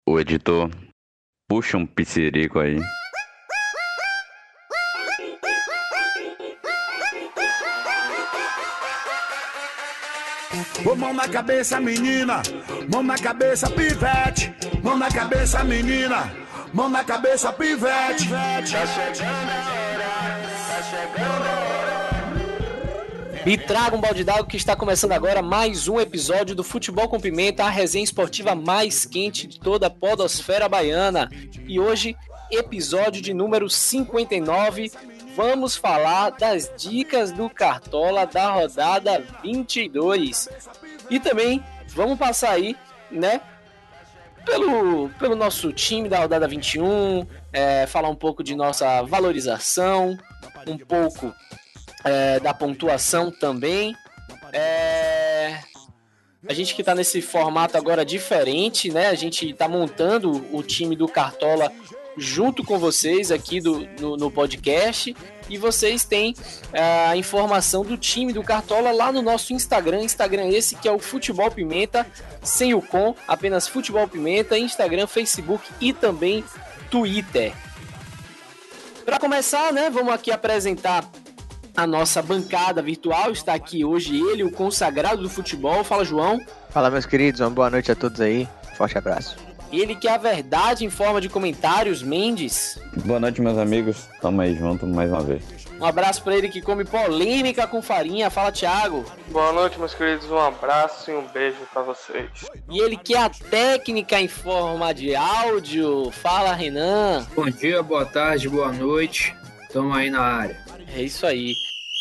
O editor, puxa um piscirico aí. Ô, mão na cabeça, menina, mão na cabeça, pivete. Mão na cabeça, menina, mão na cabeça, pivete. Tá chegando a hora, tá chegando a hora. E traga um balde d'água que está começando agora mais um episódio do Futebol com Pimenta, a resenha esportiva mais quente de toda a podosfera baiana. E hoje, episódio de número 59, vamos falar das dicas do Cartola da rodada 22. E também vamos passar aí, né, pelo nosso time da rodada 21, falar um pouco de nossa valorização, um pouco da pontuação também. A gente que está nesse formato agora diferente, né? A gente está montando o time do Cartola junto com vocês aqui no podcast, e vocês têm a informação do time do Cartola lá no nosso Instagram esse que é o Futebol Pimenta, sem o com, apenas Futebol Pimenta, Instagram, Facebook e também Twitter. Para começar, né, vamos aqui apresentar a nossa bancada virtual. Está aqui hoje ele, o consagrado do futebol. Fala, João. Fala, meus queridos, uma boa noite a todos aí, forte abraço. Ele que é a verdade em forma de comentários, Mendes. Boa noite, meus amigos. Tamo aí junto mais uma vez. Um abraço para ele que come polêmica com farinha. Fala, Thiago. Boa noite, meus queridos. Um abraço e um beijo para vocês. E ele que é a técnica em forma de áudio. Fala, Renan. Bom dia, boa tarde, boa noite. Tamo aí na área. É isso aí.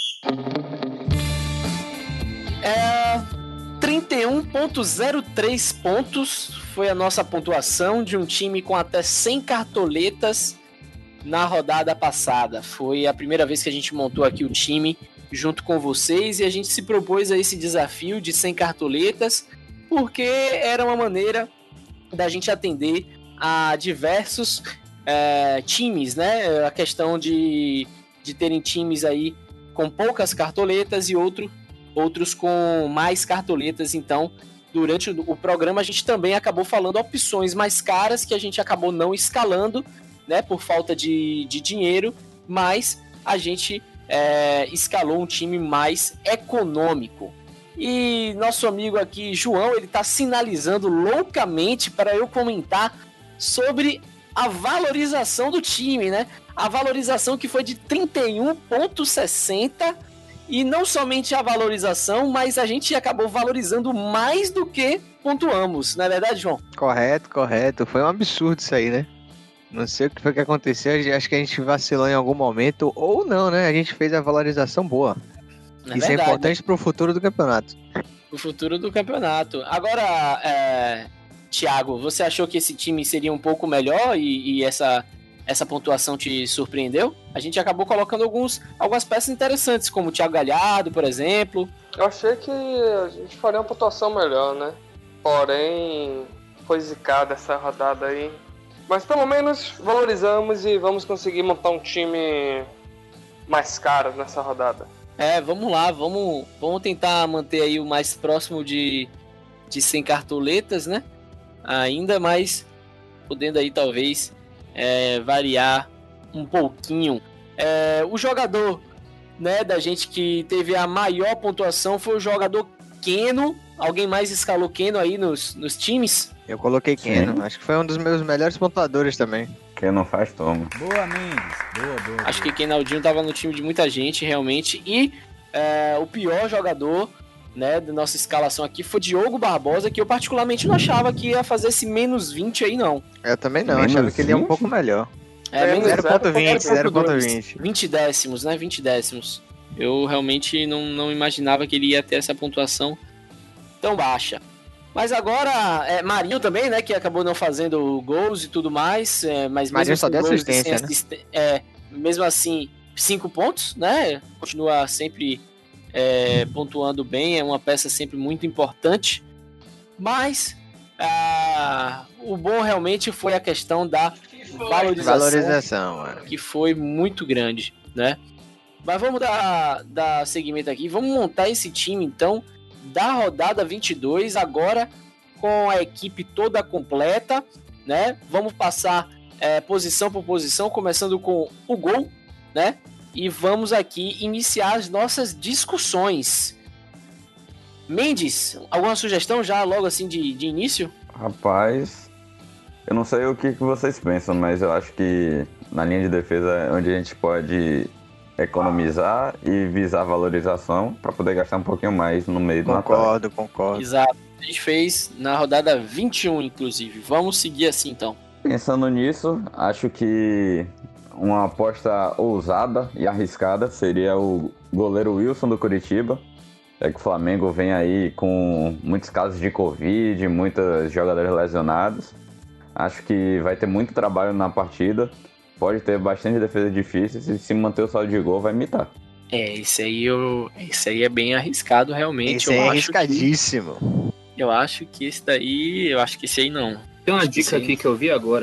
31,03 pontos foi a nossa pontuação de um time com até 100 cartoletas na rodada passada. Foi a primeira vez que a gente montou aqui o time junto com vocês, e a gente se propôs a esse desafio de 100 cartoletas porque era uma maneira da gente atender a diversos times, né? A questão de terem times aí com poucas cartoletas e outros com mais cartoletas. Então, durante o programa, a gente também acabou falando opções mais caras que a gente acabou não escalando, né, por falta de dinheiro, mas a gente escalou um time mais econômico. E nosso amigo aqui, João, ele está sinalizando loucamente para eu comentar sobre a valorização do time, né? A valorização que foi de 31,60, e não somente a valorização, mas a gente acabou valorizando mais do que pontuamos, não é verdade, João? Correto. Foi um absurdo isso aí, né? Não sei o que foi que aconteceu, acho que a gente vacilou em algum momento, ou não, né? A gente fez a valorização boa. Isso é importante pro futuro do campeonato. O futuro do campeonato. Agora, Thiago, você achou que esse time seria um pouco melhor e essa pontuação te surpreendeu? A gente acabou colocando algumas peças interessantes, como o Thiago Galhardo, por exemplo. Eu achei que a gente faria uma pontuação melhor, né? Porém, foi zicada essa rodada aí. Mas pelo menos valorizamos e vamos conseguir montar um time mais caro nessa rodada. Vamos lá, vamos tentar manter aí o mais próximo de 100 cartoletas, né? Ainda mais podendo aí talvez variar um pouquinho. O jogador, né, da gente que teve a maior pontuação foi o jogador Keno. Alguém mais escalou Keno aí nos times? Eu coloquei Keno, acho que foi um dos meus melhores pontuadores também. Quem não faz, toma. Boa, Mendes. Boa. Acho que Kenaldinho tava no time de muita gente, realmente. E o pior jogador, né, da nossa escalação aqui foi Diogo Barbosa, que eu particularmente não achava que ia fazer esse menos 20 aí, não. Eu também não, achava que ele ia um pouco melhor. Menos 0,20. 20 décimos, né? 20 décimos. Eu realmente não imaginava que ele ia ter essa pontuação tão baixa. Mas agora, Marinho também, né, que acabou não fazendo gols e tudo mais, mas Marinho só deu assistência, né? Mesmo assim, 5 pontos, né, continua sempre pontuando bem, é uma peça sempre muito importante, mas o bom realmente foi a questão da valorização que foi muito grande, né. Mas vamos dar seguimento aqui, vamos montar esse time então da rodada 22, agora com a equipe toda completa. né? Vamos passar posição por posição, começando com o gol, né? E vamos aqui iniciar as nossas discussões. Mendes, alguma sugestão já logo assim de início? Rapaz, eu não sei o que vocês pensam, mas eu acho que na linha de defesa é onde a gente pode economizar e visar valorização para poder gastar um pouquinho mais no meio do ataque. Concordo. Exato. A gente fez na rodada 21, inclusive. Vamos seguir assim, então. Pensando nisso, acho que uma aposta ousada e arriscada seria o goleiro Wilson do Curitiba. É que o Flamengo vem aí com muitos casos de Covid, muitos jogadores lesionados. Acho que vai ter muito trabalho na partida. Pode ter bastante defesas difíceis e se manter o saldo de gol vai imitar. Esse aí é bem arriscado, realmente. Esse é arriscadíssimo. Eu acho que esse aí não. Tem uma dica aqui que eu vi agora.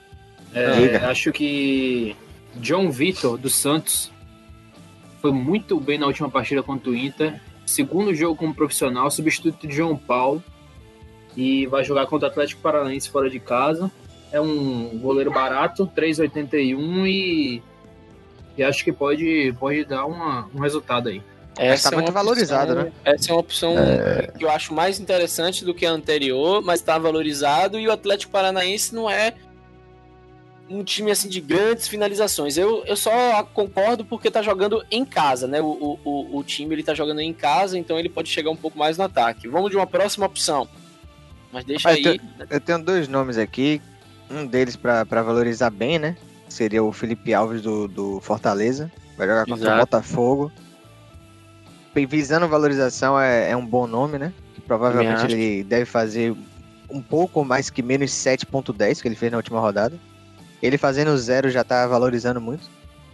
Acho que John Vitor, do Santos, foi muito bem na última partida contra o Inter. Segundo jogo como profissional, substituto de João Paulo. E vai jogar contra o Atlético Paranaense fora de casa. É um goleiro barato, 3,81 e acho que pode dar um resultado aí. Está muito valorizado, né? Essa é uma opção que eu acho mais interessante do que a anterior, mas está valorizado e o Atlético Paranaense não é um time assim de grandes finalizações. Eu só concordo porque tá jogando em casa, né? O time ele tá jogando em casa, então ele pode chegar um pouco mais no ataque. Vamos de uma próxima opção. Mas deixa aí. Eu tenho dois nomes aqui. Um deles para valorizar bem, né? Seria o Felipe Alves do Fortaleza. Vai jogar contra o Botafogo. Visando valorização é um bom nome, né? Que provavelmente ele deve fazer um pouco mais que menos 7,10 que ele fez na última rodada. Ele fazendo 0 já tá valorizando muito.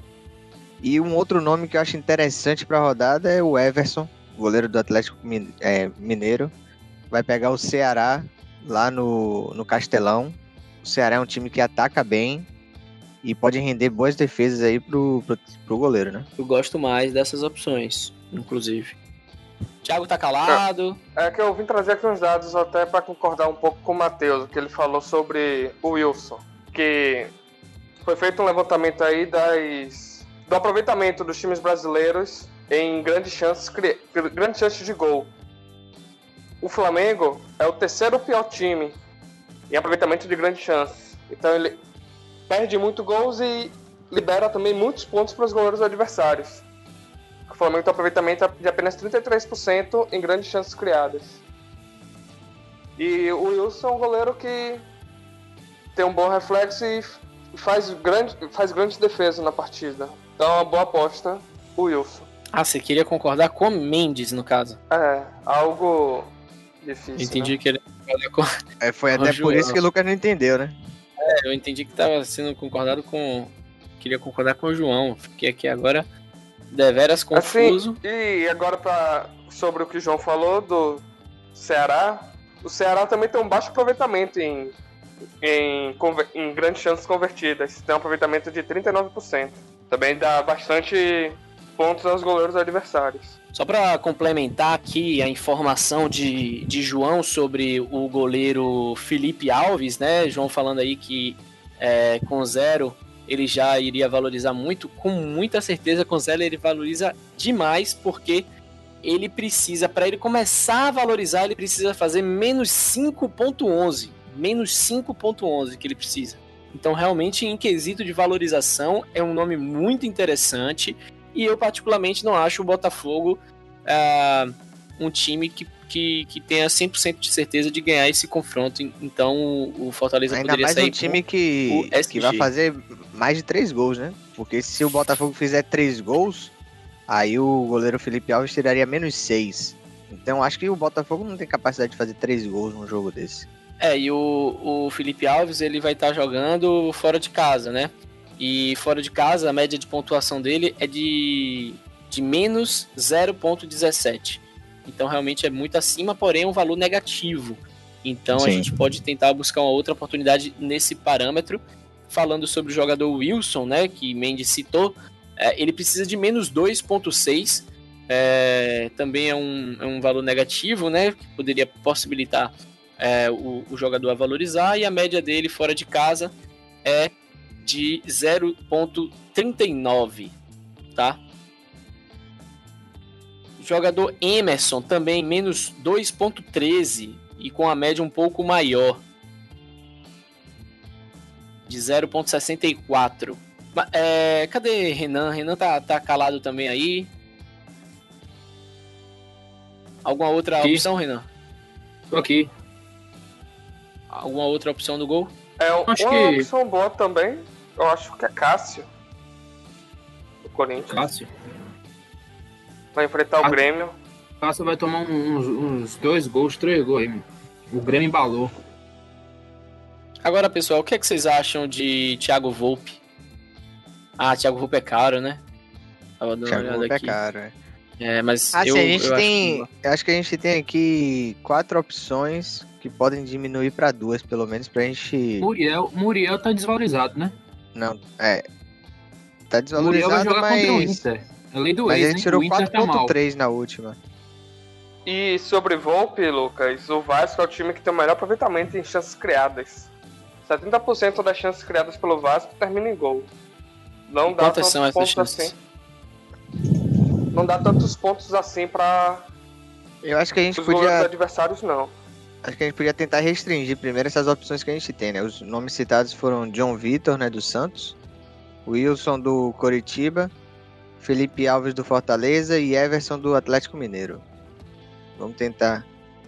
E um outro nome que eu acho interessante para a rodada é o Everson, goleiro do Atlético Mineiro. Vai pegar o Ceará lá no Castelão. O Ceará é um time que ataca bem e pode render boas defesas aí pro goleiro, né? Eu gosto mais dessas opções, inclusive. Thiago tá calado. É que eu vim trazer aqui uns dados até para concordar um pouco com o Matheus, que ele falou sobre o Wilson. Que foi feito um levantamento aí do aproveitamento dos times brasileiros em grandes chances de gol. O Flamengo é o terceiro pior time em aproveitamento de grandes chances. Então ele perde muito gols e libera também muitos pontos para os goleiros adversários. O Flamengo tem um aproveitamento de apenas 33% em grandes chances criadas. E o Wilson é um goleiro que tem um bom reflexo e faz grandes defesas na partida. Então é uma boa aposta, o Wilson. Você queria concordar com o Mendes, no caso? Algo difícil. Entendi, né? que ele foi até por isso que o Lucas não entendeu, né? Eu entendi que estava sendo concordado com... Queria concordar com o João. Fiquei aqui agora deveras confuso. Assim, e agora sobre o que o João falou do Ceará, o Ceará também tem um baixo aproveitamento em grandes chances convertidas. Tem um aproveitamento de 39%. Também dá bastante pontos aos goleiros adversários. Só para complementar aqui a informação de João sobre o goleiro Felipe Alves, né? João falando aí que com 0 ele já iria valorizar muito. Com muita certeza, com 0 ele valoriza demais, porque ele precisa, para ele começar a valorizar, ele precisa fazer menos 5,11. Menos 5,11 que ele precisa. Então, realmente, em quesito de valorização, é um nome muito interessante. E eu, particularmente, não acho o Botafogo um time que tenha 100% de certeza de ganhar esse confronto. Então, o Fortaleza ainda poderia mais sair um time que vai fazer mais de 3 gols, né? Porque se o Botafogo fizer 3 gols, aí o goleiro Felipe Alves tiraria menos 6. Então, acho que o Botafogo não tem capacidade de fazer 3 gols num jogo desse. E o Felipe Alves, ele vai estar jogando fora de casa, né? E fora de casa, a média de pontuação dele é de menos 0,17. Então, realmente é muito acima, porém é um valor negativo. Então, a gente pode tentar buscar uma outra oportunidade nesse parâmetro. Falando sobre o jogador Wilson, né, que Mendes citou, ele precisa de menos 2,6. Também é um valor negativo, né, que poderia possibilitar o jogador a valorizar, e a média dele fora de casa é de 0,39, tá? Jogador Emerson também menos 2,13 e com a média um pouco maior de 0,64. Cadê Renan? Renan tá calado também aí. Alguma outra opção, Renan? Tô aqui. Alguma outra opção do gol? Uma opção boa também, eu acho que é Cássio, do Corinthians. Cássio. Vai enfrentar o Grêmio. Cássio vai tomar uns 2 gols, 3 gols aí, mano. O Grêmio embalou. Agora, pessoal, o que vocês acham de Thiago Volpe? Thiago Volpe é caro, né? Tava dando Thiago Volpe é caro, mas eu acho que a gente tem aqui 4 opções que podem diminuir para 2, pelo menos, pra gente... Muriel tá desvalorizado, né? Não, tá desvalorizado, Muriel vai jogar mas... contra o Inter. É lei do mas ex, ele tirou 4,3 na última. E sobre Volpe, Lucas, o Vasco é o time que tem o melhor aproveitamento em chances criadas. 70% das chances criadas pelo Vasco terminam em gol. Não dá quantas são essas chances? Assim. Não dá tantos pontos assim para eu acho que a gente os goleiros adversários, não. Acho que a gente podia tentar restringir primeiro essas opções que a gente tem, né? Os nomes citados foram John Vitor, né, do Santos, Wilson do Coritiba, Felipe Alves do Fortaleza e Everson do Atlético Mineiro. Vamos tentar.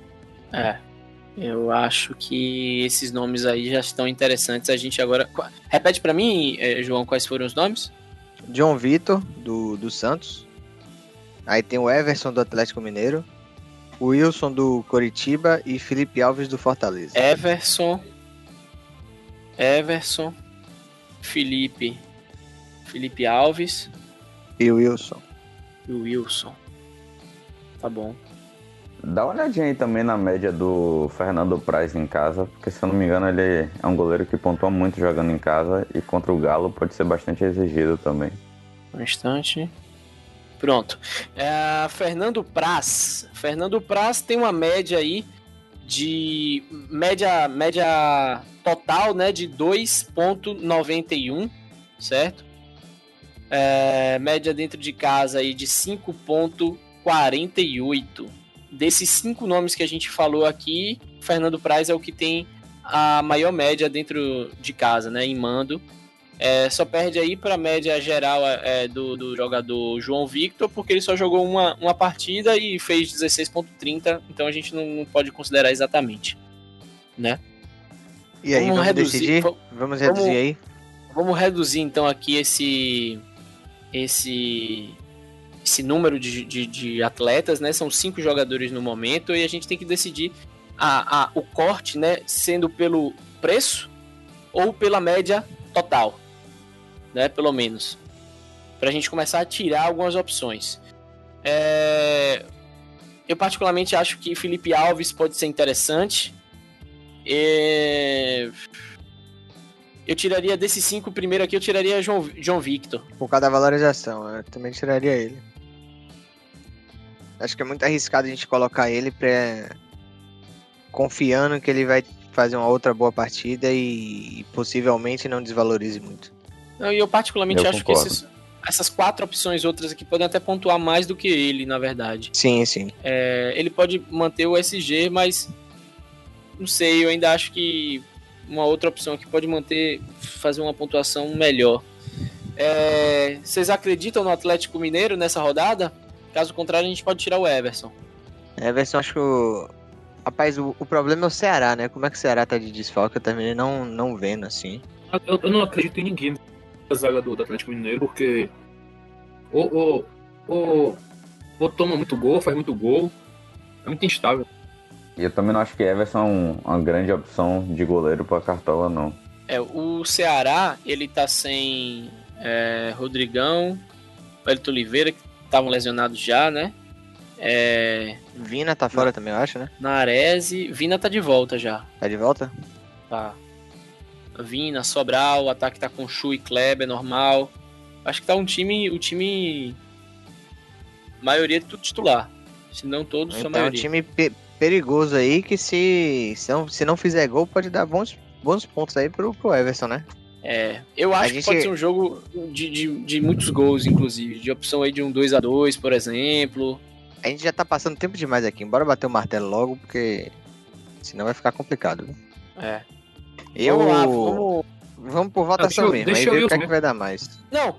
Eu acho que esses nomes aí já estão interessantes. A gente agora... Repete pra mim, João, quais foram os nomes? John Vitor, do Santos. Aí tem o Everson do Atlético Mineiro, o Wilson do Coritiba e Felipe Alves do Fortaleza. Everson, Felipe Alves e o Wilson. Tá bom. Dá uma olhadinha aí também na média do Fernando Praz em casa, porque se eu não me engano ele é um goleiro que pontua muito jogando em casa e contra o Galo pode ser bastante exigido também. Um instante. Pronto. Fernando Praz tem uma média aí de média total, né, de 2,91, certo? Média dentro de casa aí de 5,48. Desses 5 nomes que a gente falou aqui, Fernando Praz é o que tem a maior média dentro de casa, né, em mando. Só perde aí para a média geral do jogador João Victor, porque ele só jogou uma partida e fez 16,30, então a gente não pode considerar exatamente, né? E aí, vamos decidir? Vamos reduzir aí? Vamos reduzir então aqui esse número de atletas, né? São 5 jogadores no momento e a gente tem que decidir o corte, né? Sendo pelo preço ou pela média total, né? Pelo menos, para a gente começar a tirar algumas opções. Eu particularmente acho que Felipe Alves pode ser interessante. Eu tiraria desses 5 primeiro aqui, eu tiraria João Victor. Por causa da valorização, eu também tiraria ele. Acho que é muito arriscado a gente colocar ele confiando que ele vai fazer uma outra boa partida e possivelmente não desvalorize muito. Eu particularmente acho concordo. Que essas 4 opções outras aqui podem até pontuar mais do que ele, na verdade. Sim. Ele pode manter o SG, mas não sei, eu ainda acho que uma outra opção aqui pode fazer uma pontuação melhor. Vocês acreditam no Atlético Mineiro nessa rodada? Caso contrário, a gente pode tirar o Everson. Everson, acho que rapaz, o problema é o Ceará, né? Como é que o Ceará tá de desfalque? Eu também não vendo, assim. Eu não acredito em ninguém na zaga do Atlético Mineiro, porque ou toma muito gol, faz muito gol. É muito instável. E eu também não acho que Everson é uma grande opção de goleiro para Cartola, não. O Ceará, ele tá sem Rodrigão, Wellington Oliveira, que estavam lesionados já, né? Vina tá fora também, eu acho, né? Naarese, Vina tá de volta já. Tá de volta? Tá. Vina, Sobral, o ataque tá com Chu e Kleber, normal. Acho que tá o time maioria tudo titular. Se não todos, então, a maioria. Então, time perigoso aí que se não fizer gol, pode dar bons pontos aí pro Everson, né? Eu acho que pode ser um jogo de muitos gols, inclusive. De opção aí de um 2-2, por exemplo. A gente já tá passando tempo demais aqui. Bora bater o martelo logo, porque senão vai ficar complicado. Né? Vamos lá, vamos por votação mesmo. Aí ver o que é que vai dar mais. Não,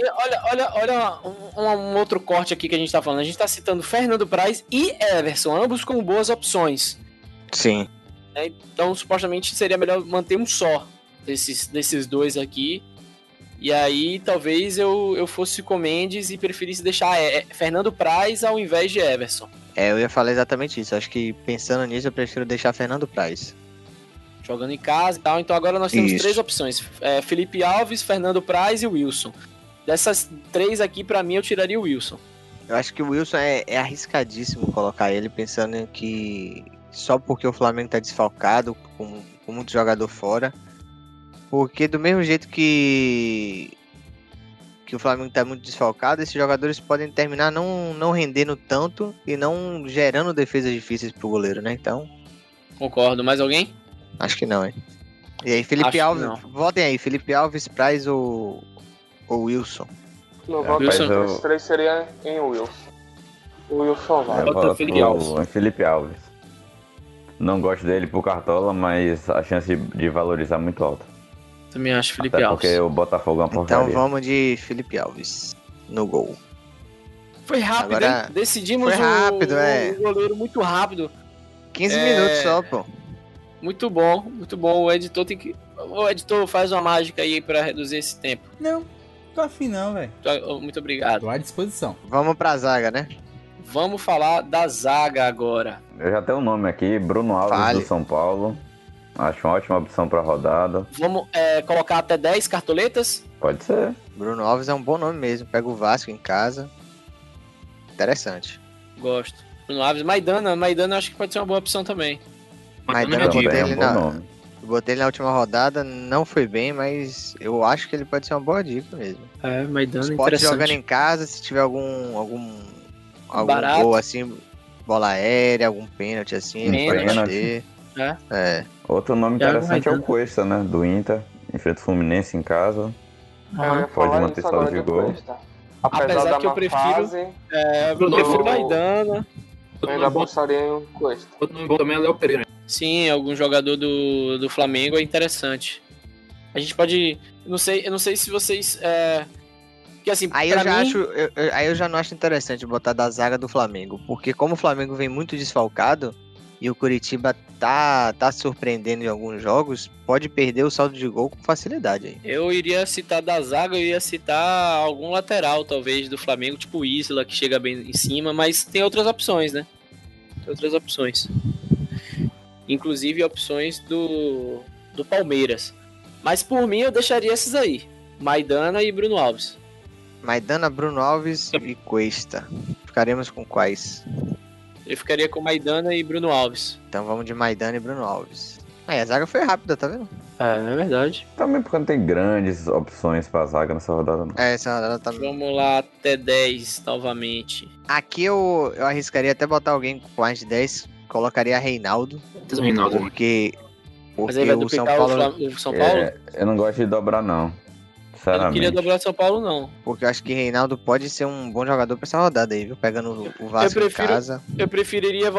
olha um outro corte aqui que a gente tá falando. A gente tá citando Fernando Praz e Everson, ambos com boas opções. Sim. Então, supostamente, seria melhor manter um só desses dois aqui. E aí, talvez eu fosse com Mendes e preferisse deixar Fernando Praz ao invés de Everson. Eu ia falar exatamente isso. Acho que pensando nisso, eu prefiro deixar Fernando Praz. Jogando em casa e tal. Então agora nós temos 3 opções. Felipe Alves, Fernando Praz e Wilson. Dessas 3 aqui, pra mim, eu tiraria o Wilson. Eu acho que o Wilson é arriscadíssimo colocar ele, pensando que só porque o Flamengo tá desfalcado, com muito jogador fora. Porque do mesmo jeito que o Flamengo tá muito desfalcado, esses jogadores podem terminar não rendendo tanto e não gerando defesas difíceis pro goleiro, né? Então... Concordo. Mais alguém? Acho que não, hein? E aí, Felipe Alves, votem aí, Felipe Alves, Praz ou Wilson? Meu voto os 3 seria em Wilson. O Wilson vai. Bota Felipe Alves. Não gosto dele por cartola, mas a chance de valorizar é muito alta. Também acho Felipe Alves. Porque o Botafogo é uma porcaria. Então vamos de Felipe Alves no gol. Foi rápido, agora... hein? Decidimos o goleiro muito rápido. 15 minutos só, pô. Muito bom. O editor tem que... O editor faz uma mágica aí pra reduzir esse tempo. Não, tô afim não, velho. Muito obrigado. Tô à disposição. Vamos pra zaga, né? Vamos falar da zaga agora. Eu já tenho o nome aqui, Bruno Alves do São Paulo. Acho uma ótima opção pra rodada. Vamos colocar até 10 cartoletas? Pode ser. Bruno Alves é um bom nome mesmo. Pega o Vasco em casa. Interessante. Gosto. Bruno Alves. Maidana acho que pode ser uma boa opção também. Maidana eu botei ele na última rodada. Não foi bem, mas eu acho que ele pode ser uma boa dica mesmo. Maidana é interessante. Jogando em casa, se tiver algum gol assim, bola aérea, algum pênalti assim, ele pode ter. Outro nome interessante é o Cuesta, né? Do Inter. Enfrenta o Fluminense em casa. Pode manter saldo de gol. Apesar que eu prefiro Maidana. Eu ainda apostaria em Cuesta. Outro nome bom também é Léo Pereira. Sim, algum jogador do Flamengo é interessante. A gente pode... Eu não sei se vocês... Que, assim, aí eu já não acho interessante botar da zaga do Flamengo. Porque como o Flamengo vem muito desfalcado... E o Coritiba tá surpreendendo em alguns jogos, pode perder o saldo de gol com facilidade aí. Eu iria citar da zaga, eu ia citar algum lateral, talvez, do Flamengo, tipo o Isla, que chega bem em cima, mas tem outras opções, né? Tem outras opções. Inclusive opções do Palmeiras. Mas por mim eu deixaria esses aí. Maidana e Bruno Alves. Maidana, Bruno Alves e Cuesta. Ficaremos com quais? Eu ficaria com Maidana e Bruno Alves. Então vamos de Maidana e Bruno Alves. A zaga foi rápida, tá vendo? É verdade. Também porque não tem grandes opções pra zaga nessa rodada, não. Essa rodada tá... Vamos lá, até 10 novamente. Aqui eu arriscaria até botar alguém com mais de 10. Colocaria Reinaldo. Porque Mas ele vai duplicar o São Paulo? Eu não gosto de dobrar, não. Eu não queria dobrar o São Paulo, não. Porque eu acho que Reinaldo pode ser um bom jogador pra essa rodada aí, viu? Pegando o Vasco em casa. Eu preferiria...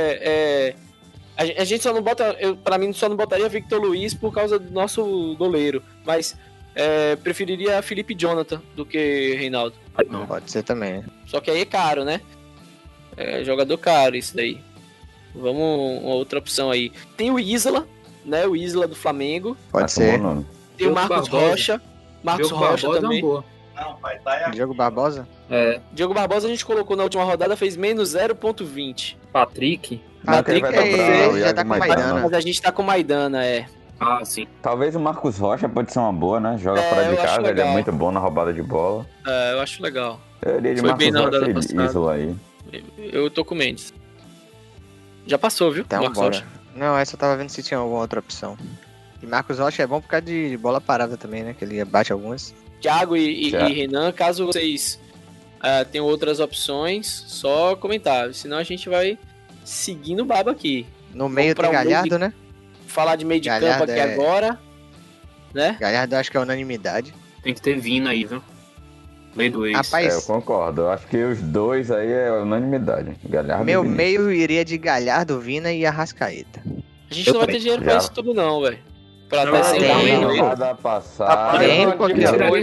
A gente só não bota... Pra mim, só não botaria Victor Luiz por causa do nosso goleiro. Mas preferiria Felipe Jonathan do que Reinaldo. Não. Pode ser também. Só que aí é caro, né? É jogador caro isso daí. Vamos uma outra opção aí. Tem o Isla, né? O Isla do Flamengo. Pode ser. Tem o Marcos Rocha. Marcos Rocha também. Não, pai, tá. Diogo Barbosa? Diogo Barbosa a gente colocou na última rodada, fez menos 0.20. Patrick vai dobrar, já tá com Maidana. Mas a gente tá com Maidana, Ah, sim. Talvez o Marcos Rocha pode ser uma boa, né? Joga fora de casa, ele é muito bom na roubada de bola. Eu acho legal. Eu iria de Marcos bem na rodada Rocha passada. Isla aí. Eu tô com o Mendes. Já passou, viu? Então, Marcos bora. Rocha. Não, essa eu tava vendo se tinha alguma outra opção. E Marcos Rocha é bom por causa de bola parada também, né? Que ele bate algumas. Thiago e Renan, caso vocês tenham outras opções, só comentar. Senão a gente vai seguindo o baba aqui. No meio tem Galhardo, né? Falar de meio de campo aqui agora, né? Galhardo eu acho que é unanimidade. Tem que ter Vina aí, viu? Lei do ex. Rapaz, eu concordo. Eu acho que os dois aí é unanimidade. Galhardo meu e Vinícius. meio iria de Galhardo, Vina e Arrascaeta. A gente não vai ter dinheiro pra isso tudo não, velho. Pra Não, até sem tem. dar Na não. rodada passada, Tem, porque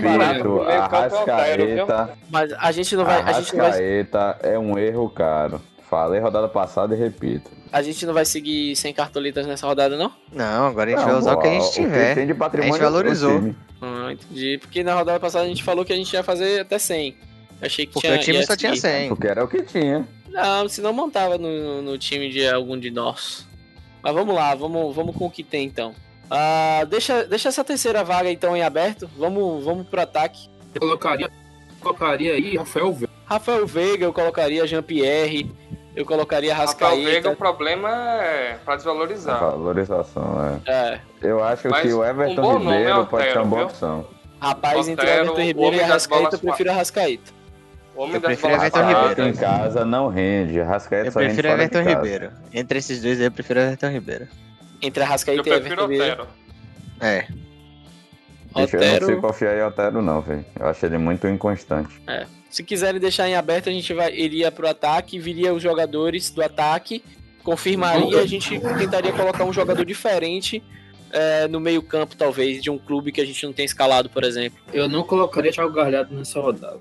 Arrascaeta. Mas a gente não vai. Arrascaeta é um erro caro. Falei rodada passada e repito. A gente não vai seguir sem cartolitas nessa rodada, não? Não, agora a gente vai usar o que a gente tiver. Tem de patrimônio a gente valorizou. time. Entendi. Porque na rodada passada a gente falou que a gente ia fazer até 100. Achei que Porque o time só tinha seguir. 100. Porque era o que tinha. Não, senão montava no time de algum de nós. Mas vamos lá, vamos com o que tem então. Deixa essa terceira vaga então em aberto. Vamos pro ataque. Eu colocaria aí Rafael Veiga, eu colocaria Jean-Pierre, eu colocaria Rafael Veiga, o Arrascaeta. problema é pra desvalorizar. Valorização, É. Eu acho Mas que o um Everton bom nome Ribeiro é pode ser uma Otero, boa viu? opção. Rapaz, entre Otero, Everton o Ribeiro e homem das Arrascaeta, eu bolas prefiro Arrascaeta. O homem Eu das prefiro bolas Everton paradas. Ribeiro. Em casa não rende. Arrascaeta Eu só rende prefiro fora de Everton casa. Ribeiro. Entre esses dois aí, eu prefiro Everton Ribeiro. Entre Eu Arrascaeta e prefiro Everton Ribeiro. Otero. É. Bicho, eu não Otero. sei confiar em Otero não, velho. Eu acho ele muito inconstante. Se quiserem deixar em aberto, a gente iria pro ataque, viria os jogadores do ataque, confirmaria, a gente tentaria colocar um jogador diferente no meio campo, talvez, de um clube que a gente não tem escalado, por exemplo. Eu não colocaria Thiago Galhardo nessa rodada.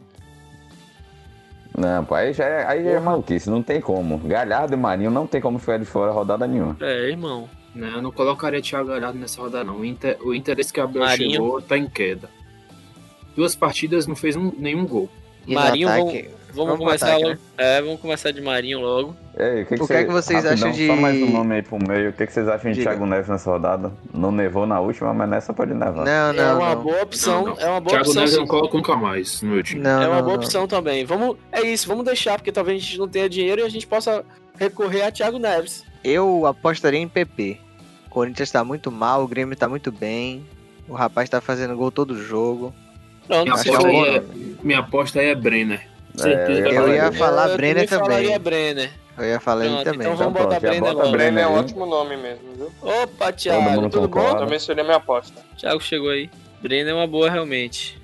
Não, pô, aí já é maluquice, não tem como. Galhardo e Marinho não tem como ficar de fora rodada nenhuma. Irmão. Não, eu não colocaria Thiago Galhardo nessa rodada, não. O interesse que Abel Marinho. chegou tá em queda. 2 partidas, não fez nenhum gol. E Marinho, no ataque, vamos pro começar ataque, logo. Vamos começar de Marinho logo. Ei, O que é que vocês acham de- Só mais um nome aí pro meio. O que vocês acham de Diga. Thiago Neves nessa rodada? Não nevou na última, mas nessa pode nevar. Não, É uma não. boa opção, Não. é uma boa Thiago opção. Neves eu sim. não coloco nunca mais no meu time. Não, É uma não, boa não. opção também. Vamos deixar, porque talvez a gente não tenha dinheiro e a gente possa recorrer a Thiago Neves. Eu apostaria em PP. O Corinthians tá muito mal, o Grêmio tá muito bem. O rapaz tá fazendo gol todo jogo. Pronto, Minha se aposta, for- aí minha aposta aí é Brenner. Certeza. eu ia falar eu Brenner também. falaria Brenner. Eu ia falar ele Pronto, também. então vamos Então botar pronto, já Brenner bota logo. Brenner é um aí. ótimo nome mesmo, viu? Opa, Thiago, mundo tudo bom? concorda. Também seria minha aposta. Thiago chegou aí. Brenner é uma boa, realmente.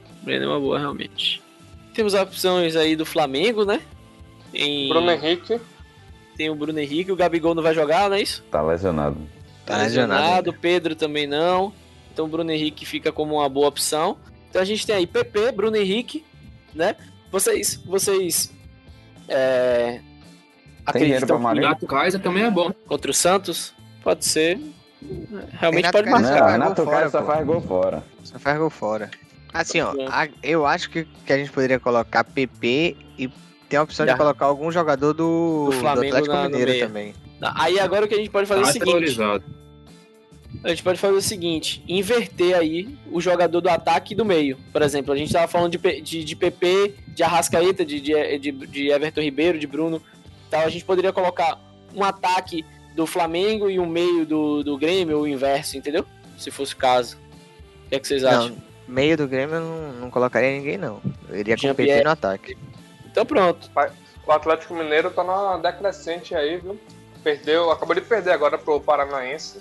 Temos opções aí do Flamengo, né? Bruno Henrique. Tem o Bruno Henrique, o Gabigol não vai jogar, não é isso? Tá lesionado. Tá lesionado O Pedro também não. Então o Bruno Henrique fica como uma boa opção. Então a gente tem aí PP, Bruno Henrique, né? Vocês dinheiro pra acreditam Marinho? Renato Kaiser também é bom. contra o Santos? Pode ser. Realmente Renato pode Kaiser marcar. Não, faz Renato gol fora, Kaiser só pô. faz gol fora. Só faz gol fora. Assim, ó, Bom. eu acho que a gente poderia colocar PP e tem a opção Já. de colocar algum jogador do Flamengo Atlético no Mineiro meio. também. Aí agora o que a gente pode fazer é o Tá seguinte. valorizado. A gente pode fazer o seguinte, inverter aí o jogador do ataque e do meio. Por exemplo, a gente tava falando de PP, de Arrascaeta, de Everton Ribeiro, de Bruno. Então a gente poderia colocar um ataque do Flamengo e um meio do Grêmio, ou o inverso, entendeu? Se fosse o caso. O que é que vocês acham? Não, meio do Grêmio eu não colocaria ninguém, não. Eu iria com o PP Jean-Pierre. no ataque. Então pronto. O Atlético Mineiro tá numa decrescente aí, viu? Acabou de perder agora pro Paranaense.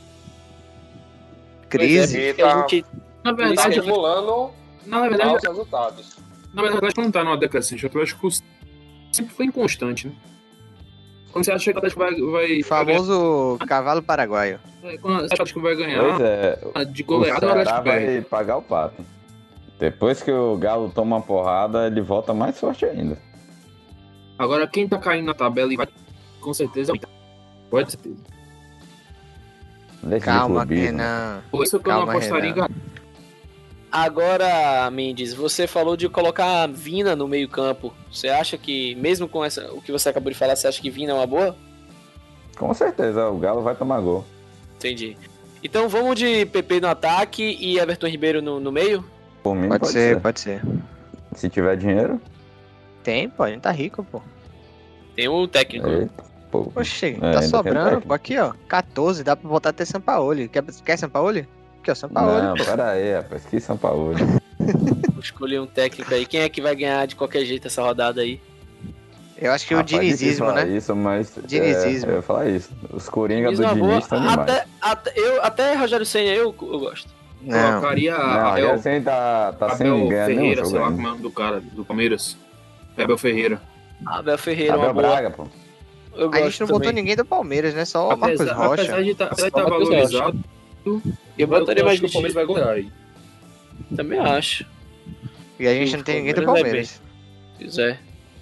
Crise. E Porque a tá gente- Na Isso verdade, é estimulando na verdade, maus resultados. na verdade, não tá numa decrescente. O Atlético sempre foi inconstante, né? Quando você acha que o Atlético vai Famoso cavalo paraguaio. quando você acha que vai ganhar Pois é, de o goleada, o Ceará Atlético vai vai. pagar o pato. Depois que o Galo toma uma porrada, ele volta mais forte ainda. Agora, quem tá caindo na tabela e vai, com certeza, é o Inter. Pode ter certeza. Deixa de Calma, clubismo. Renan. Por isso que eu não Calma, apostaria em Renan. Galo. Agora, Mendes, você falou de colocar a Vina no meio campo. Você acha que, mesmo com o que você acabou de falar, você acha que Vina é uma boa? Com certeza, o Galo vai tomar gol. Entendi. Então vamos de PP no ataque e Everton Ribeiro no meio? Por mim, Pode ser, pode ser. Se tiver dinheiro, Tem, pô, a gente tá rico, pô. Tem o técnico. eita, pô. Oxi, ainda tá tem sobrando, técnico. pô. Aqui, ó. 14, dá pra botar até Sampaoli. Quer Sampaoli? Aqui, ó, Sampaoli. Não, pera aí, rapaz. Que São Paulo. Vou escolher um técnico aí. Quem é que vai ganhar de qualquer jeito essa rodada aí? Eu acho que o dinizismo, né? Isso, mas dinizismo. Eu ia falar isso. Os Coringa do Dinizismo é Diniz estão demais. Até Rogério Senna eu gosto. Não. Colocaria Não, Abel, assim tá sem Abel ganhar nenhum Ferreira, sei jogo lá ainda. como é o nome do cara, do Palmeiras. Abel Ferreira. Abel Ferreira, Abel uma boa. Braga, pô. Eu A gente gosto não botou também. ninguém do Palmeiras, né? Só o Marcos Rocha. Apesar de estar Marcos valorizado, Eu botaria mais acho que o Palmeiras vai golear aí. Também acho. E a gente não tem ninguém do Palmeiras Palmeiras. Pois é.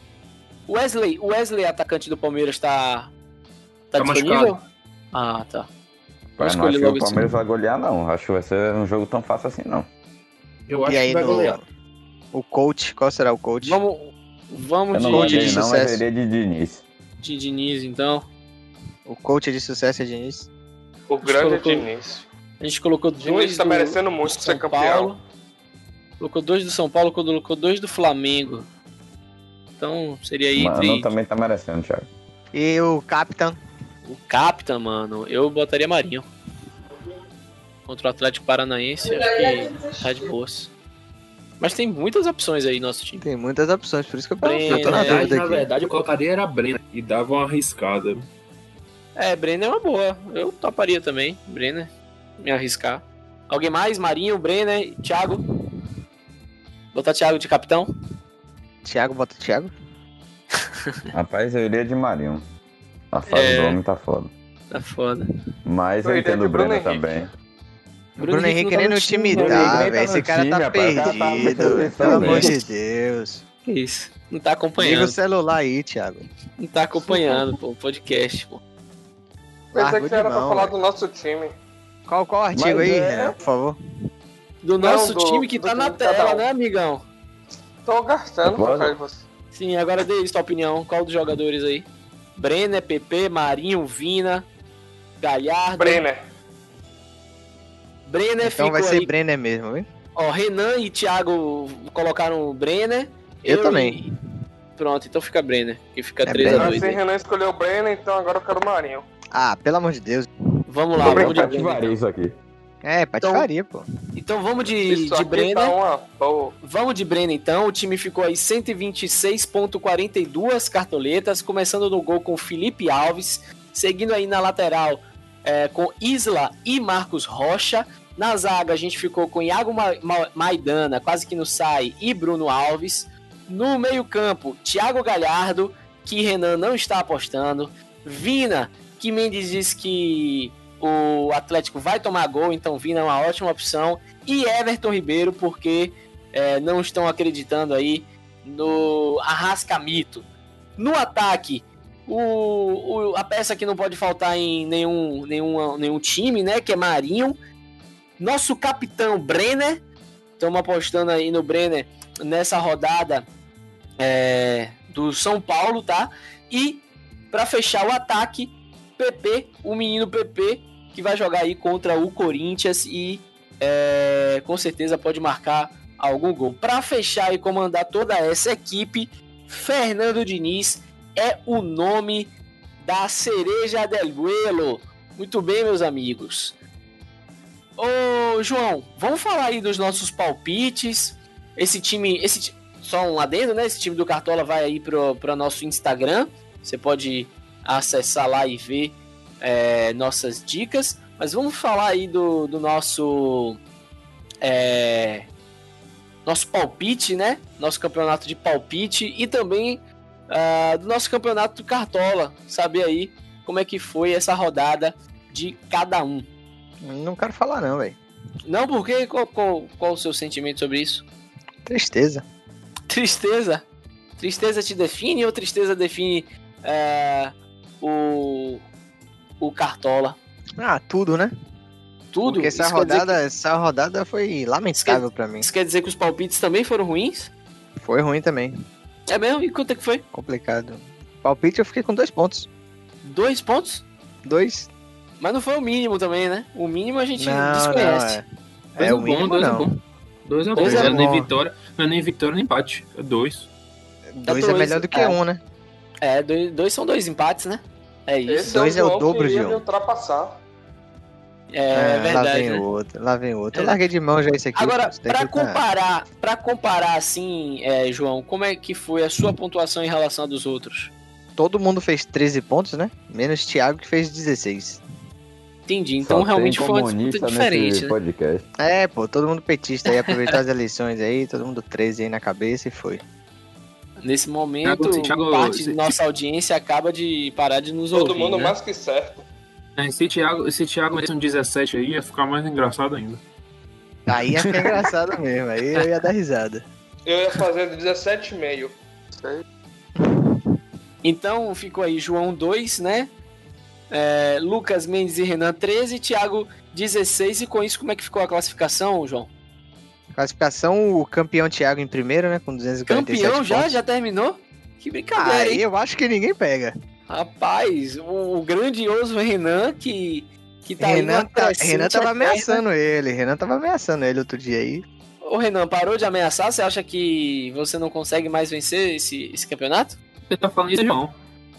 O Wesley, atacante do Palmeiras, tá disponível? machucado. Ah, tá. Mas não acho que o Palmeiras vai golear, não. Acho que vai ser um jogo tão fácil assim, não. Eu acho E aí que vai golear. o coach, qual será o coach? Vamos Eu de não coach gosto de dele, não, mas sucesso. eu iria de Diniz. Diniz, então. O coach de sucesso é Diniz. O grande colocou- Diniz. A gente colocou Diniz dois tá do- merecendo do muito São ser campeão. Paulo. Colocou 2 do São Paulo, colocou 2 do Flamengo. Então, seria aí Mano, entre também tá merecendo, Thiago. E o capitão? o Capitão, mano. Eu botaria Marinho. Contra o Atlético Paranaense, acho que tá de boas. Mas tem muitas opções aí no nosso time. Tem muitas opções, por isso que eu Breno, tô na dúvida Na aqui. verdade, eu colocaria era a Brena e dava uma arriscada. Brenner é uma boa. Eu toparia também, Brenner. Me arriscar. Alguém mais? Marinho, Brenner, Thiago? Botar Thiago de capitão? Thiago, bota Thiago. Rapaz, eu iria de Marinho. A fase do homem tá foda. Tá foda. Mas Eu eu iria entendo de o Bruno Brenner Henrique. também. Bruno Henrique nem no time não. tá, Bruno Henrique velho. tá Esse no cara time, tá rapaz. O cara tá perdido. prestando atenção, Pelo amor velho. de Deus. Que isso? Não tá Liga acompanhando. o celular aí, Thiago. Não tá acompanhando, pô, o podcast, pô. Pensei Largou que de você era pra mão, falar velho. do nosso time. Qual artigo Mas aí, é- Renan, por favor? Do Não, nosso do- time que do tá na time de cada tela, um. né, amigão? Tô gastando Bora. pra você. Sim, agora dê sua opinião. Qual dos jogadores aí? Brenner, PP, Marinho, Vina, Galhardo. Brenner. Brenner Então ficou vai ser aí. Brenner mesmo, viu? Ó, Renan e Thiago colocaram o Brenner. Eu também. Pronto, então fica Brenner, que fica É 3x2 Assim, aí. Renan escolheu o Brenner, então agora eu quero o Marinho. Ah, pelo amor de Deus. Vamos lá, Tô vamos de brincando, Brenner. patifaria isso aqui. É, patifaria, pô. Então vamos de Isso aqui Brenner. tá uma boa. Vamos de Brenner então. O time ficou aí 126,42 cartoletas, começando no gol com Felipe Alves, seguindo aí na lateral com Isla e Marcos Rocha. Na zaga a gente ficou com Iago Maidana, quase que não sai, e Bruno Alves. No meio-campo, Thiago Galhardo, que Renan não está apostando. Vina, que Mendes diz que o Atlético vai tomar gol, então Vina é uma ótima opção. E Everton Ribeiro, porque não estão acreditando aí no Arrascamito. No ataque, a peça que não pode faltar em nenhum time, né? Que é Marinho. Nosso capitão Brenner. Estamos apostando aí no Brenner nessa rodada do São Paulo, tá? E para fechar o ataque, PP, o menino PP, que vai jogar aí contra o Corinthians e com certeza pode marcar algum gol. Para fechar e comandar toda essa equipe, Fernando Diniz é o nome da cereja del duelo. Muito bem, meus amigos. Ô, João, vamos falar aí dos nossos palpites. Esse time, só um adendo, né? Esse time do Cartola vai aí para nosso Instagram. Você pode acessar lá e ver nossas dicas. Mas vamos falar aí do nosso palpite, né? Nosso campeonato de palpite e também do nosso campeonato do Cartola. Saber aí como é que foi essa rodada de cada um. Não quero falar não, velho. Não, por quê? Qual o seu sentimento sobre isso? Tristeza. Tristeza? Tristeza te define ou tristeza define o Cartola? Ah, tudo, né? Tudo? Porque essa rodada foi lamentável pra mim. Isso quer dizer que os palpites também foram ruins? Foi ruim também. É mesmo? E quanto é que foi? Complicado. Palpite eu fiquei com 2 pontos. 2 pontos? 2? Mas não foi o mínimo também, né? O mínimo a gente Não, desconhece. não, é o mínimo dois não. é bom. 2 é bom. Dois é Não é nem bom. vitória, não é nem vitória nem empate. É 2. 2 é melhor do que 1, né? 2 são 2 empates, né? É isso. Esse Dois é o João dobro, que iria Gil. me ultrapassar. verdade. Lá vem né? outro, lá vem outro. Eu larguei de mão já esse aqui. Agora, Isso daqui pra comparar assim, João, como é que foi a sua pontuação em relação à dos outros? Todo mundo fez 13 pontos, né? Menos Thiago, que fez 16. Entendi, então Só realmente tem foi uma comunista disputa diferente, nesse né? podcast. Pô, todo mundo petista aí, aproveitou as eleições aí, todo mundo 13 aí na cabeça e foi. Nesse momento, Thiago, parte de nossa audiência acaba de parar de nos Todo ouvir, mundo né? mais que certo. Se Thiago metesse um 17 aí, ia ficar mais engraçado ainda. Aí ia ficar engraçado mesmo, aí eu ia dar risada. Eu ia fazer 17,5. Então ficou aí João 2, né? Lucas, Mendes e Renan 13, Thiago 16. E com isso, como é que ficou a classificação, João? Classificação, o campeão Thiago em primeiro, né? Com 247 Campeão já? pontos. Já terminou? Que brincadeira, Aí hein? eu acho que ninguém pega. Rapaz, o grandioso Renan que tá aí Renan, numa crescente Renan tava eterna. ameaçando ele outro dia aí. Ô Renan, parou de ameaçar? Você acha que você não consegue mais vencer esse campeonato? Você tá falando isso, João?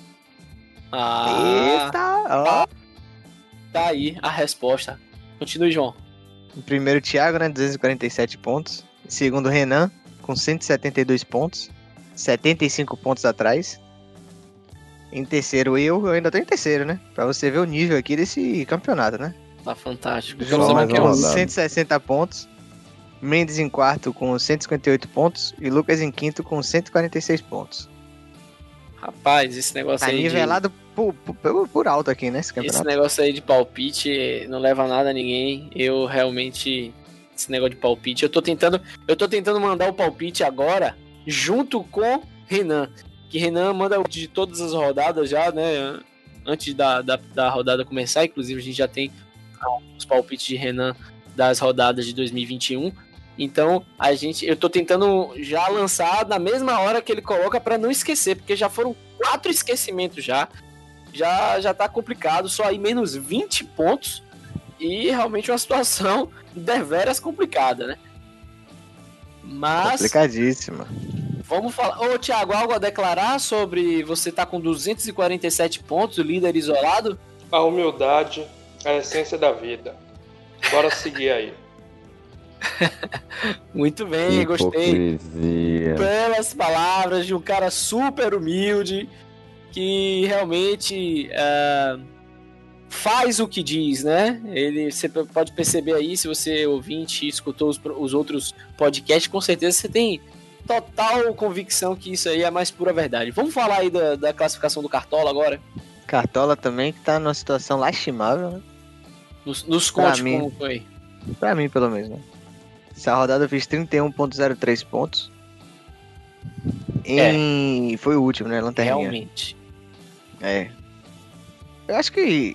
Ah, Eita, ó. tá aí a resposta. Continue, João. Em primeiro, Thiago, né? 247 pontos. Em segundo, Renan, com 172 pontos. 75 pontos atrás. Em terceiro, eu ainda tô em terceiro, né? Pra você ver o nível aqui desse campeonato, né? Tá fantástico. João mais uma com rodada. 160 pontos. Mendes em quarto com 158 pontos. E Lucas em quinto com 146 pontos. Rapaz, esse negócio Tá aí nivelado por alto aqui, né? Esse esse campeonato. negócio aí de palpite não leva nada a ninguém. Eu realmente esse negócio de palpite, eu tô tentando mandar o palpite agora junto com Renan, que Renan manda o de todas as rodadas já, né? Antes da rodada começar, inclusive a gente já tem os palpites de Renan das rodadas de 2021. Então, eu tô tentando já lançar na mesma hora que ele coloca pra não esquecer, porque já foram 4 esquecimentos já tá complicado, só aí menos 20 pontos e realmente uma situação deveras complicada, né? Mas Complicadíssima. vamos falar. Ô, Thiago, algo a declarar sobre você tá com 247 pontos, o líder isolado? A humildade é a essência da vida. Bora seguir aí. Muito bem, gostei. Hipocrisia. Pelas palavras de um cara super humilde que realmente faz o que diz, né? Você pode perceber aí, se você ouvinte escutou os outros podcasts, com certeza você tem total convicção que isso aí é a mais pura verdade. Vamos falar aí da classificação do Cartola agora? Cartola também, que tá numa situação lastimável, né? Nos conte como foi. Pra mim, pelo menos, né? Essa rodada eu fiz 31.03 pontos. Foi o último, né? Lanterninha. Realmente. Eu acho que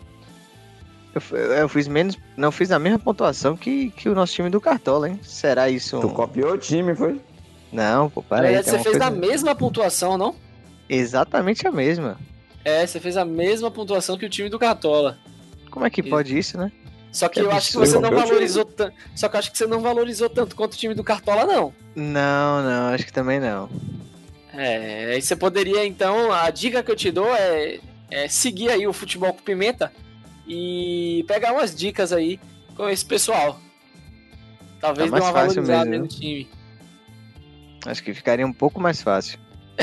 eu fiz menos. Não fiz a mesma pontuação que o nosso time do Cartola, hein? Será isso? Tu copiou o time, foi? Não, pô, para Na aí. verdade, tem você uma fez a coisa- mesma pontuação, não? Exatamente a mesma. Você fez a mesma pontuação que o time do Cartola. Como é que pode isso, né? Só que Que eu acho que absurdo. você não valorizou tanto. Só que eu acho que você não valorizou tanto quanto o time do Cartola, não. Não, acho que também não. Aí você poderia, então, a dica que eu te dou é seguir aí o Futebol com Pimenta e pegar umas dicas aí com esse pessoal. Talvez Tá dê mais uma fácil valorizada mesmo, no time. Acho que ficaria um pouco mais fácil.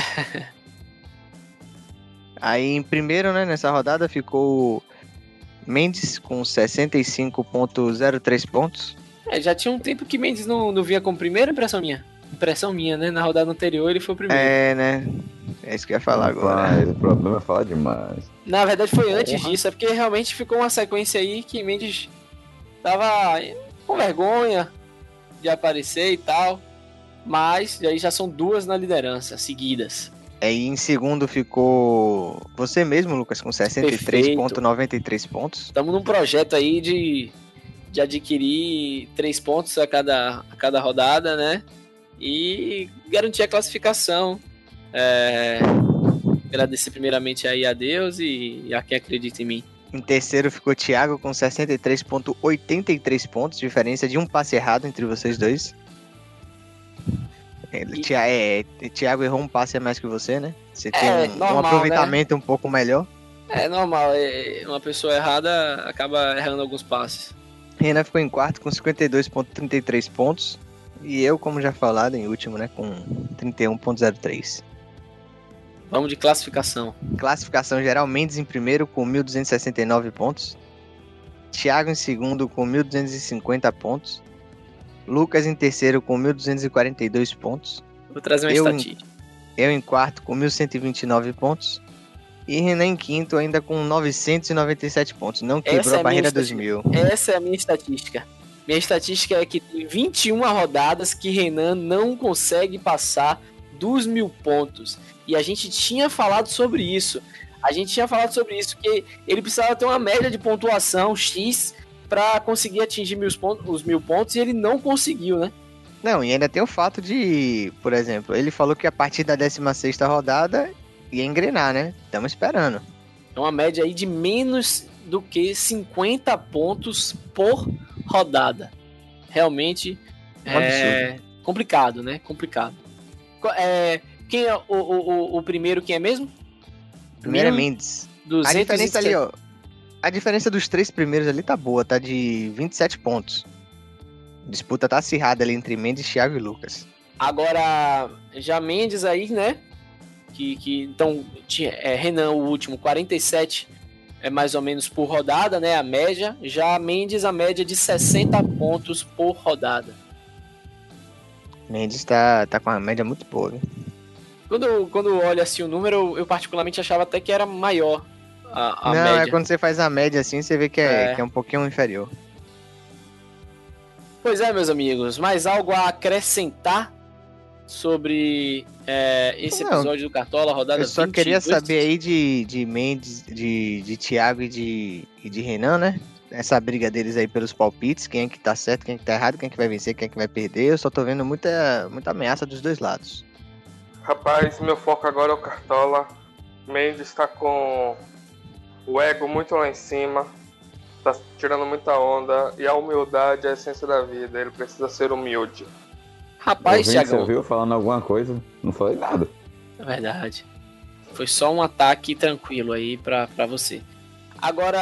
Aí em primeiro, né, nessa rodada ficou Mendes com 65.03 pontos. Já tinha um tempo que Mendes não vinha como primeiro, impressão minha. Impressão minha, né? Na rodada anterior ele foi o primeiro. Né? É isso que eu ia falar agora. Rapaz, o problema é falar demais. Na verdade foi antes disso, é porque realmente ficou uma sequência aí que Mendes tava com vergonha de aparecer e tal. Mas aí já são 2 na liderança, seguidas. Aí em segundo ficou você mesmo, Lucas, com 63.93 pontos. Estamos num projeto aí de adquirir 3 pontos a cada rodada, né? E garantir a classificação. Agradecer primeiramente aí a Deus e a quem acredita em mim. Em terceiro ficou Thiago com 63.83 pontos, diferença de um passe errado entre vocês dois. Thiago errou um passe a mais que você, né? Você tem um normal, aproveitamento um pouco melhor. É normal, uma pessoa errada acaba errando alguns passes. Renan ficou em quarto com 52,33 pontos. E eu, como já falado, em último, né, com 31,03. Vamos de classificação. Classificação geral, Mendes em primeiro com 1.269 pontos. Thiago em segundo com 1.250 pontos. Lucas em terceiro com 1.242 pontos. Vou trazer uma estatística. Eu em quarto com 1.129 pontos. E Renan em quinto ainda com 997 pontos. Não quebrou a barreira dos 1.000. Essa é a minha estatística. Minha estatística é que tem 21 rodadas que Renan não consegue passar dos 1.000 pontos. E a gente tinha falado sobre isso. Que ele precisava ter uma média de pontuação X para conseguir atingir os 1.000 pontos e ele não conseguiu, né? Não, e ainda tem o fato de, por exemplo, ele falou que a partir da 16ª rodada ia engrenar, né? Estamos esperando. É uma média aí de menos do que 50 pontos por rodada. Realmente é complicado, né? Complicado. Quem é o primeiro? Quem é mesmo? Primeiro é Mendes. 207. A diferença ali, ó. A diferença dos 3 primeiros ali tá boa, tá de 27 pontos. A disputa tá acirrada ali entre Mendes, Thiago e Lucas. Agora, já Mendes aí, né? Então, Renan, o último, 47 mais ou menos por rodada, né? A média. Já Mendes, a média de 60 pontos por rodada. Mendes tá com uma média muito boa, né? Quando olha assim o número, eu particularmente achava até que era maior a média. Não, quando você faz a média assim, você vê que é um pouquinho inferior. Pois é, meus amigos. Mais algo a acrescentar sobre esse episódio do Cartola, rodada 20? Eu só queria saber aí de Mendes, de Thiago e de Renan, né? Essa briga deles aí pelos palpites, quem é que tá certo, quem é que tá errado, quem é que vai vencer, quem é que vai perder. Eu só tô vendo muita ameaça dos dois lados. Rapaz, meu foco agora é o Cartola. Mendes tá com o ego muito lá em cima, tá tirando muita onda, e a humildade é a essência da vida, ele precisa ser humilde. Rapaz, Thiago, você ouviu falando alguma coisa? Não falei nada. É verdade. Foi só um ataque tranquilo aí pra você. Agora,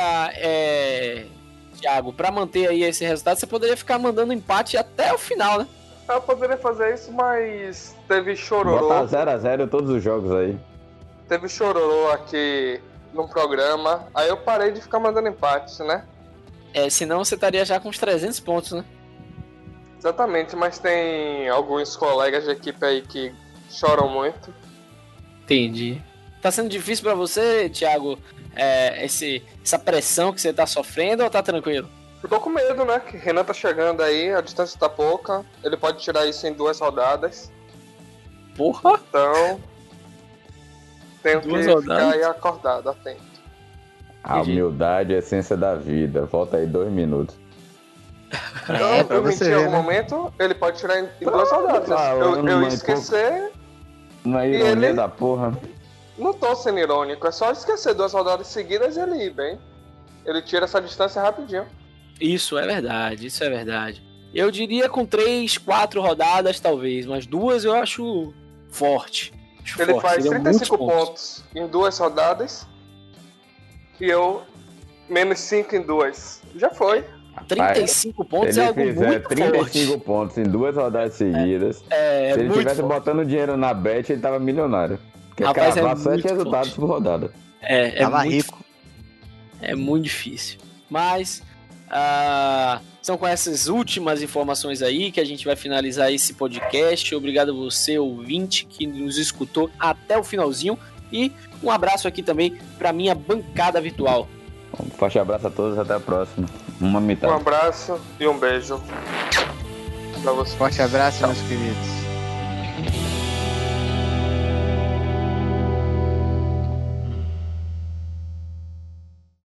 Thiago, pra manter aí esse resultado, você poderia ficar mandando empate até o final, né? Eu poderia fazer isso, mas teve chororô. Bota 0x0 todos os jogos aí. Teve chororô aqui no programa, aí eu parei de ficar mandando empate, né? Senão você estaria já com uns 300 pontos, né? Exatamente, mas tem alguns colegas de equipe aí que choram muito. Entendi. Tá sendo difícil pra você, Thiago, essa pressão que você tá sofrendo, ou tá tranquilo? Eu tô com medo, né? Que Renan tá chegando aí, a distância tá pouca. Ele pode tirar isso em 2 rodadas. Porra! Então, tenho que ficar aí acordado, atento. A humildade é a essência da vida. Volta aí 2 minutos. Pra eu mentir em algum momento, ele pode tirar em 2 rodadas. Eu esquecer... Não é ironia da porra. Não tô sendo irônico, é só esquecer 2 rodadas seguidas e ele ir bem. Ele tira essa distância rapidinho. Isso é verdade. Eu diria com 3, 4 rodadas, talvez, mas 2 eu acho forte. Ele faz 35 pontos em 2 rodadas e eu menos 5 em 2. Já foi. 35 pontos é algo muito forte. Se ele fizer 35 pontos em 2 rodadas seguidas, se ele tivesse botando dinheiro na bet, ele tava milionário. Porque cravar 7 resultados por rodada. Tava rico. É muito difícil. Mas são com essas últimas informações aí que a gente vai finalizar esse podcast. Obrigado a você, ouvinte, que nos escutou até o finalzinho. E um abraço aqui também para minha bancada virtual. Um forte abraço a todos, até a próxima. Um abraço e um beijo pra você. Forte abraço, meus queridos.